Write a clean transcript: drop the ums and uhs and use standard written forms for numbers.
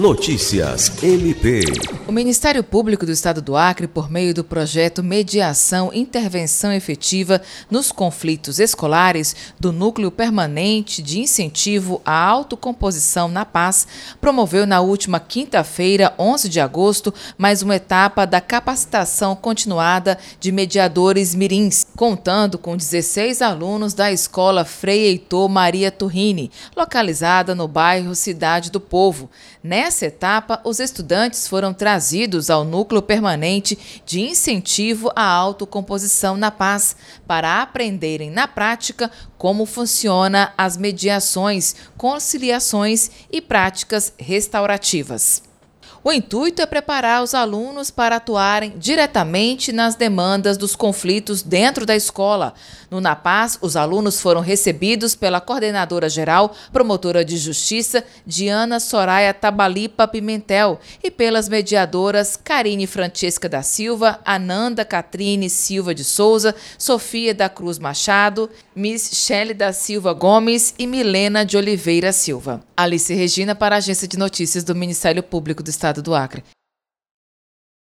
Notícias MP. O Ministério Público do Estado do Acre, por meio do projeto Mediação e Intervenção Efetiva nos Conflitos Escolares do Núcleo Permanente de Incentivo à Autocomposição na Paz, promoveu na última quinta-feira, 11 de agosto, mais uma etapa da capacitação continuada de mediadores mirins, contando com 16 alunos da Escola Frei Heitor Maria Turrini, localizada no bairro Cidade do Povo. Nessa etapa, os estudantes foram trazidos ao Núcleo Permanente de Incentivo à Autocomposição na Paz para aprenderem na prática como funciona as mediações, conciliações e práticas restaurativas. O intuito é preparar os alunos para atuarem diretamente nas demandas dos conflitos dentro da escola. No NAPAS, os alunos foram recebidos pela coordenadora-geral, promotora de justiça, Diana Soraya Tabalipa Pimentel, e pelas mediadoras Karine Francesca da Silva, Ananda Catrine Silva de Souza, Sofia da Cruz Machado, Miss Shelley da Silva Gomes e Milena de Oliveira Silva. Alice Regina para a Agência de Notícias do Ministério Público do Estado do Acre.